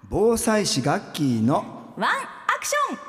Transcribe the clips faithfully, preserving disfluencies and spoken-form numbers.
防災士ガッキーのワンアクション。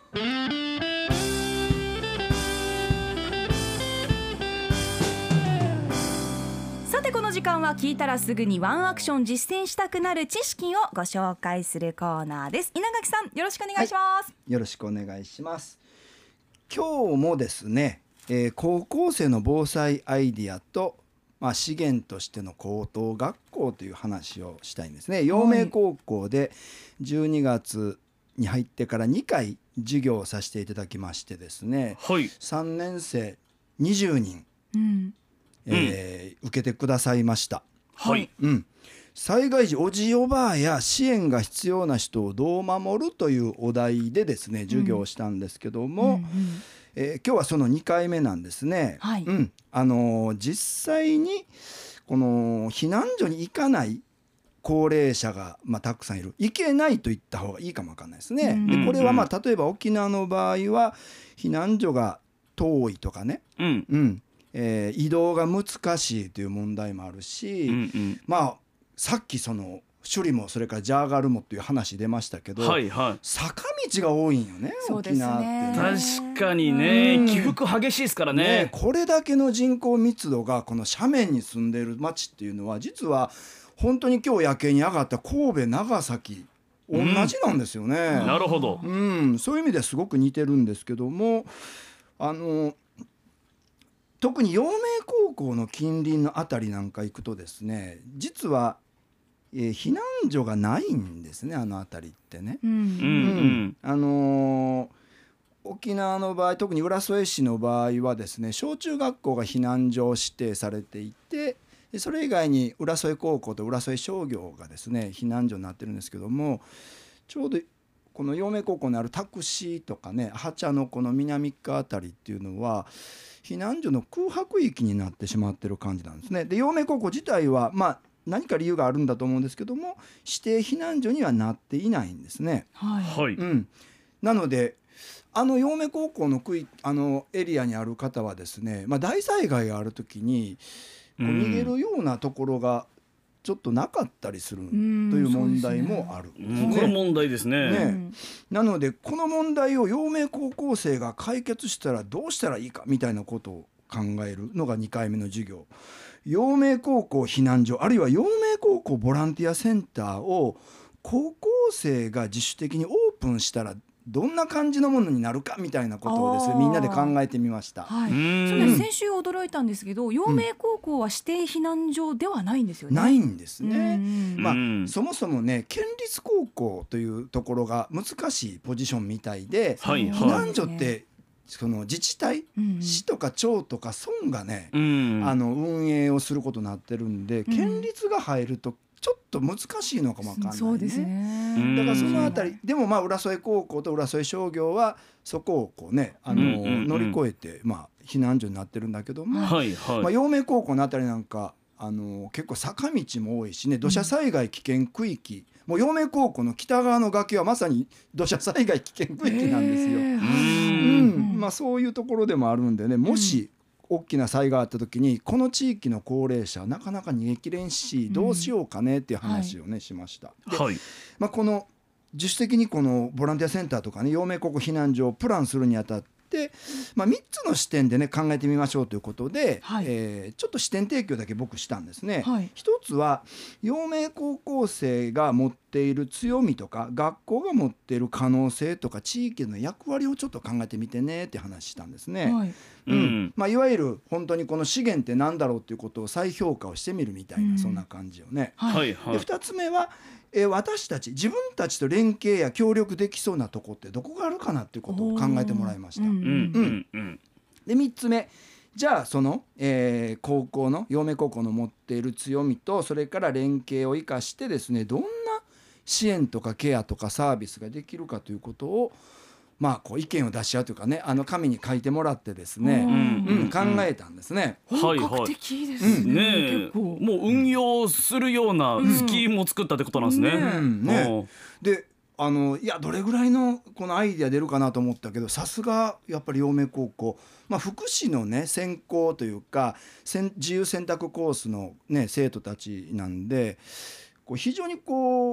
さてこの時間は聞いたらすぐにワンアクション実践したくなる知識をご紹介するコーナーです。稲垣さんよろしくお願いします、 はい、よろしくお願いします。今日もですね、えー、高校生の防災アイディアと、まあ、資源としての高等学校という話をしたいんですね。陽明高校でじゅうにがつに入ってからにかい授業をさせていただきましてですね、 はい、 さんねん生にじゅうにん、 うんえー、受けてくださいました。 はいうん、災害時おじおばあや支援が必要な人をどう守るというお題でですね授業をしたんですけども、 うんうんえー、今日はそのにかいめなんですね。 はいうん、あのー実際にこの避難所に行かない高齢者が、まあ、たくさんいる。行けないと言った方がいいかもわかんないですね。 うんでこれは、まあ、例えば沖縄の場合は避難所が遠いとかね、 うんうんえー移動が難しいという問題もあるし、 うんうんまあさっきその首里もそれからジャーガルもっていう話出ましたけど、 はいはい坂道が多いんよね、 そうですね沖縄ってね。 確かにね、 うん起伏激しいですからね。 ねこれだけの人口密度がこの斜面に住んでいる町っていうのは実は本当に今日夜景に上がった神戸長崎同じなんですよね。 なるほど。 うん、そういう意味ですごく似てるんですけども、あの特に陽明高校の近隣のあたりなんか行くとですね、実は、えー避難所がないんですね、あのあたりってね。 うんうんうんあのー沖縄の場合、特に浦添市の場合はですね、小中学校が避難所指定されていて、でそれ以外に浦添高校と浦添商業がですね避難所になってるんですけども、ちょうどこの陽明高校にあるタクシーとかね、ハチャのこの南側あたりっていうのは避難所の空白域になってしまってる感じなんですね。で陽明高校自体はまあ何か理由があるんだと思うんですけども、指定避難所にはなっていないんですね。 はいはい、 うん、なのであの陽明高校の区域あのエリアにある方はですね、まあ、大災害があるときにこううん逃げるようなところがちょっとなかったりするとんいう問題もあるんうですね。 んこれ問題ですね。 ねうんなのでこの問題を陽明高校生が解決したらどうしたらいいかみたいなことを考えるのがにかいめの授業。陽明高校避難所あるいは陽明高校ボランティアセンターを高校生が自主的にオープンしたらどんな感じのものになるかみたいなことをですねあーみんなで考えてみました。 はい、 うんそうね、先週驚いたんですけど陽明高校は指定避難所ではないんですよね。 ないんですうね。 んまあうんそもそもね県立高校というところが難しいポジションみたいで、 はい避難所ってその自治体、 うん市とか町とか村がね、 うんあの運営をすることになってるんで、 ん県立が入るとちょっと難しいのかもわかんないね。 そうですね。 だからそのあたりりでもまあ浦添高校と浦添商業はそこをこうねあの、 うんうんうん乗り越えてまあ避難所になってるんだけども、 はいはい、 まあ、陽明高校のあたりなんかあの結構坂道も多いしね、土砂災害危険区域、もう陽明高校の北側の崖はまさに土砂災害危険区域なんですよ。 へーううんんまあ、そういうところでもあるんでね、もし大きな災害があった時にこの地域の高齢者はなかなか逃げきれんしどうしようかねっていう話をね、しました。で、 はいまあ、この自主的にこのボランティアセンターとかね陽明高校避難所をプランするにあたって、まあ、みっつの視点でね考えてみましょうということで、 はいえーちょっと視点提供だけ僕したんですね。 はい一つは陽明高校生が持っている強みとか学校が持っている可能性とか地域の役割をちょっと考えてみてねって話したんですね。 はいうんうんまあ、いわゆる本当にこの資源って何だろうっていうことを再評価をしてみるみたいな、 うんそんな感じをね。 はいではいはいふたつめは、えー私たち自分たちと連携や協力できそうなとこってどこがあるかなっていうことを考えてもらいました。 うんうんうんうんでみっつめじゃあその、えー高校の陽明高校の持っている強みとそれから連携を生かしてですねどんな支援とかケアとかサービスができるかということをまあこう意見を出し合うというかねあの紙に書いてもらってですね、 うんうん考えたんですね。 本格的ですね。 ねえ結構もう運用するようなスキーも作ったってことなんですね。 うんねおうであのいやどれぐらいのこのアイデア出るかなと思ったけどさすがやっぱり陽明高校、まあ、福祉のね専攻というか選自由選択コースの、ね、生徒たちなんでこう非常にこう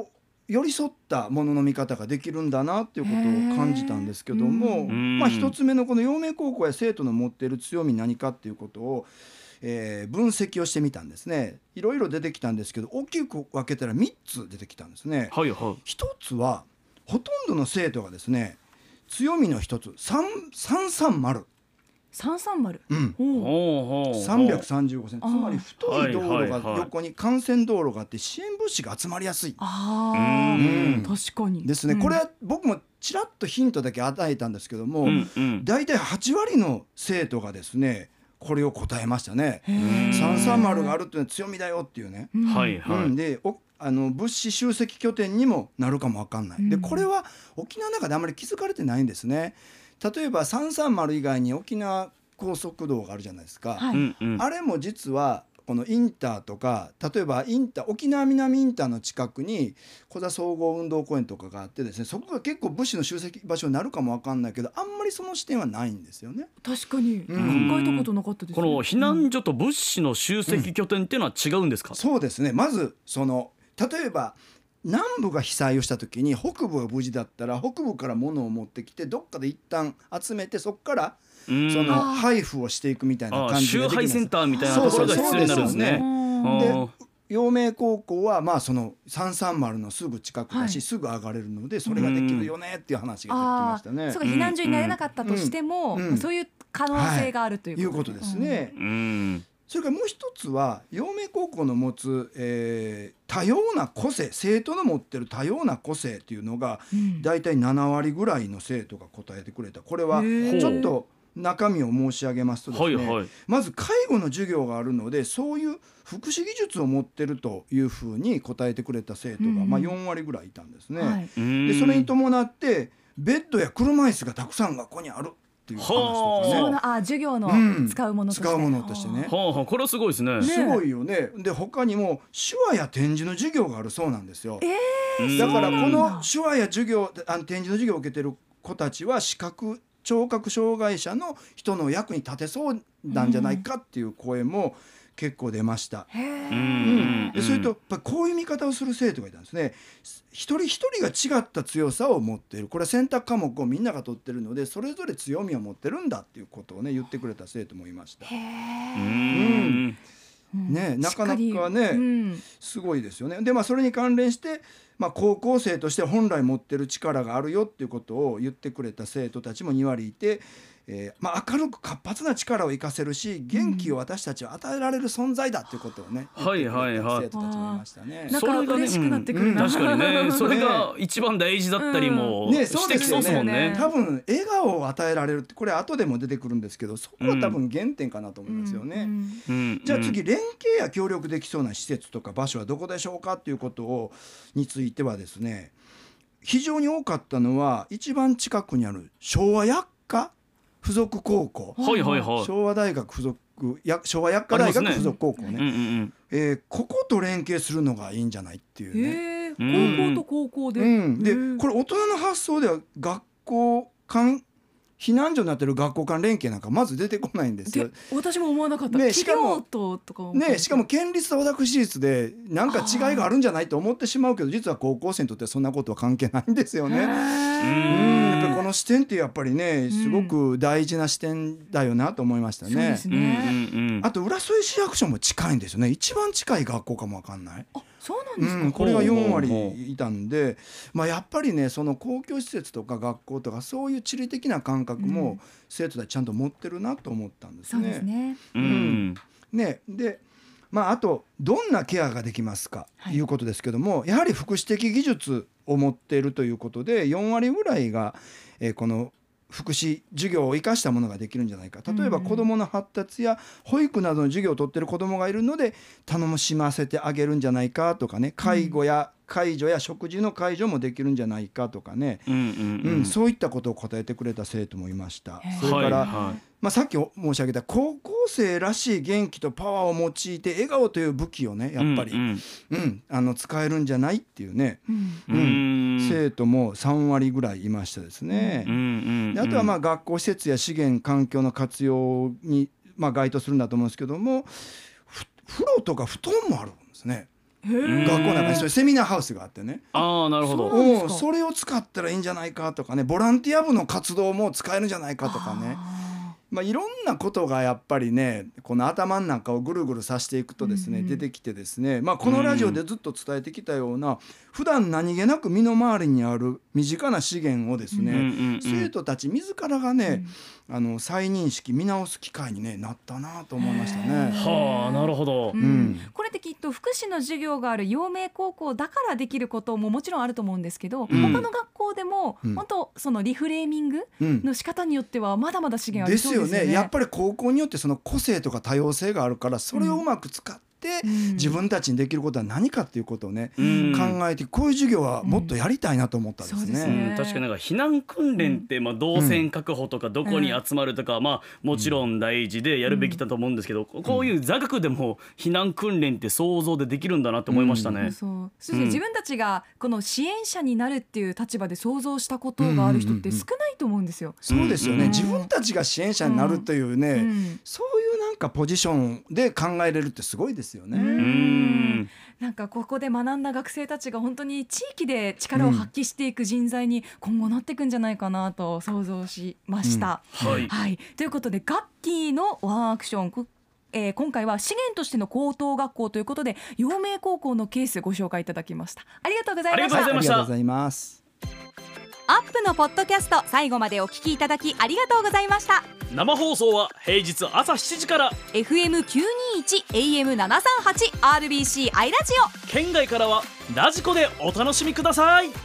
寄り添ったものの見方ができるんだなっていうことを感じたんですけども、 うんまあ、一つ目のこの陽明高校や生徒の持っている強み何かっていうことを、えー分析をしてみたんですね。いろいろ出てきたんですけど大きく分けたらみっつ出てきたんですね。 はいはい。 一つはほとんどの生徒がですね強みの一つさんさんさんまる、 三三丸。 うん、 おうほうほう。 さんびゃくさんじゅうごセンチ、 あーつまり太い道路はいはいはいが横に幹線道路があって支援物資が集まりやすいあうあ、 ん確かにですね。 うんこれは僕もちらっとヒントだけ与えたんですけども、 うんうん。 だいたいはち割の生徒がですねこれを答えましたね。 へーさんさんまるがあるっていうのは強みだよっていうね、 うんはいはい。 うん、でおあの物資集積拠点にもなるかもわかんない、 うんでこれは沖縄の中であまり気づかれてないんですね。例えばさんさんまる以外に沖縄高速道があるじゃないですか、 はいうんうん。 あれも実はこのインターとか例えばインター沖縄南インターの近くに小座総合運動公園とかがあってですね、そこが結構物資の集積場所になるかもわかんないけどあんまりその視点はないんですよね。 確かにうん考えたことなかったですね。 この避難所と物資の集積拠点っていうのは違うんですか？ そうですね。まずその例えば南部が被災をした時に北部が無事だったら北部から物を持ってきてどっかで一旦集めてそこからうんそのあー配布をしていくみたいなあ感じ集配ができるんです。 センターみたいなところが必要になるんですね。 うんであー陽明高校はまあそのさんさんまるのすぐ近くだし、 はいすぐ上がれるのでそれができるよねっていう話が出てきまあしたね。 ーそうか避難所になれなかったとしても、 うんうんそういう可能性があるといういうことですね。 うん。 それからもう一つは陽明高校の持つ、えー多様な個性、生徒の持ってる多様な個性っていうのがうんだいたいなな割ぐらいの生徒が答えてくれた。これはへーちょっと中身を申し上げますとですね、 はいはい。 まず介護の授業があるのでそういう福祉技術を持ってるというふうに答えてくれた生徒が、 うんまあ、よん割ぐらいいたんですね。 はいうんでそれに伴ってベッドや車椅子がたくさん学校にあるっていう話とはあかね。 そうなあ授業のうん使うものとして、 使うものとしてねはあはあ、これはすごいですね。 ねすごいよね。で他にも手話や展示の授業があるそうなんですよ。 うんだからこそうなんだの手話や授業あの展示の授業を受けてる子たちは視覚聴覚障害者の人の役に立てそうなんじゃないかっていう声も結構出ました。 へーうんうんでそれとやっぱこういう見方をする生徒がいたんですね。一人一人が違った強さを持っている。これは選択科目をみんなが取ってるのでそれぞれ強みを持ってるんだっていうことをね言ってくれた生徒もいました。 へうーんうんねなかなかねしっかりうんすごいですよね。でまあそれに関連して、まあ、高校生として本来持ってる力があるよっていうことを言ってくれた生徒たちもに割いて、えーまあ、明るく活発な力を生かせるし元気を私たちは与えられる存在だっていうことをね、 はい言ってくれたはいはい生徒たちもいましたね。 なんか嬉しくなってくるな、 うん確かにね、それが一番大事だったりもね、 してきそうですもんね。 多分笑顔を与えられるってこれ後でも出てくるんですけどそこが多分原点かなと思いますよね。 うんうんじゃあ次連携や協力できそうな施設とか場所はどこでしょうかっていうことをについてはですね非常に多かったのは一番近くにある昭和薬科附属高校、 はいはいはい。 昭和大学附属や昭和薬科大学附属高校ね、 うんうんうん。 えーここと連携するのがいいんじゃないっていうね。 へうーん高校と高校で、 うん、でへーこれ大人の発想では学校間避難所になってる学校間連携なんかまず出てこないんですよで。私も思わなかった、 ねしかも企業ととか思ったね、しかも県立と私立でなんか違いがあるんじゃないと思ってしまうけど実は高校生にとってはそんなことは関係ないんですよね。 へうんーやっぱりこの視点ってやっぱりねすごく大事な視点だよなと思いましたねそうで。すうんうんね、 うん。 あと浦添市役所も近いんですよね。一番近い学校かもわかんない。 あそうなんですか、 うん、これがよん割ほうほうほういたんで、まあ、やっぱりねその公共施設とか学校とかそういう地理的な感覚うんも生徒たちちゃんと持ってるなと思ったんですそうでね。 すねうんねでまあ、あとどんなケアができますかとはいいうことですけども、やはり福祉的技術を持っているということでよん割ぐらいが、えーこの福祉授業を生かしたものができるんじゃないか。例えばうん子どもの発達や保育などの授業を取っている子どもがいるので頼しませてあげるんじゃないかとかね、介護や介助や食事の介助もできるんじゃないかとかね、 うんうんううんん。 そういったことを答えてくれた生徒もいましたへー。 それから、 はいはいまあ、さっき申し上げた高校生らしい元気とパワーを用いて笑顔という武器をねやっぱり、 うんうんあの使えるんじゃないっていうね、 うんうんうん生徒もさん割ぐらいいましたですね。 うんうんであとはまあ学校施設や資源環境の活用に、まあ、該当するんだと思うんですけどもふ風呂とか布団もあるんですね。 学校の中にそういうセミナーハウスがあってね、 ああなるほど。 そうなんですかうんそれを使ったらいいんじゃないかとかね、ボランティア部の活動も使えるんじゃないかとかね、まあ、いろんなことがやっぱりねこの頭の中をぐるぐるさしていくとですね、 うんうん出てきてですね、まあ、このラジオでずっと伝えてきたような普段何気なく身の回りにある身近な資源をですね、 うんうんうん生徒たち自らがね、あの再認識見直す機会に、ね、なったなと思いましたね。 はあなるほど。 うんうんこれってきっと福祉の授業がある陽明高校だからできることももちろんあると思うんですけど、 うん他の学校でもうん本当そのリフレーミングうんの仕方によってはまだまだ資源ありですよそうですよね。 ね。やっぱり高校によってその個性とか多様性があるから、それをうまく使ってうん自分たちにできることは何かっていうことをね、 うん考えて、こういう授業はもっとやりたいなと思ったんですそうですね。 うん確かになんか避難訓練ってまあ動線確保とかどこに集まるとかまあもちろん大事でやるべきだと思うんですけど、こういう座学でも避難訓練って想像でできるんだなと思いましたね。 そうそして自分たちがこの支援者になるっていう立場で想像したことがある人って少ないと思うんですよ。 そうですよね、 うん自分たちが支援者になるというね、 うんそういうなんかポジションで考えれるってすごいですよね。 ううんんなんかここで学んだ学生たちが本当に地域で力を発揮していく人材に今後なっていくんじゃないかなと想像しました。 うんはいはい、ということでガッキーのワンアクション、こえー今回は資源としての高等学校ということで陽明高校のケースご紹介いただきました。ありがとうございました。 ありがとうございましたありがとうございます。 アップのポッドキャスト最後までお聞きいただきありがとうございました。 生放送は平日朝しちじから、 エフエムきゅうにいち エーエムななさんはち アールビーシー アイラジオ。 県外からはラジコでお楽しみください。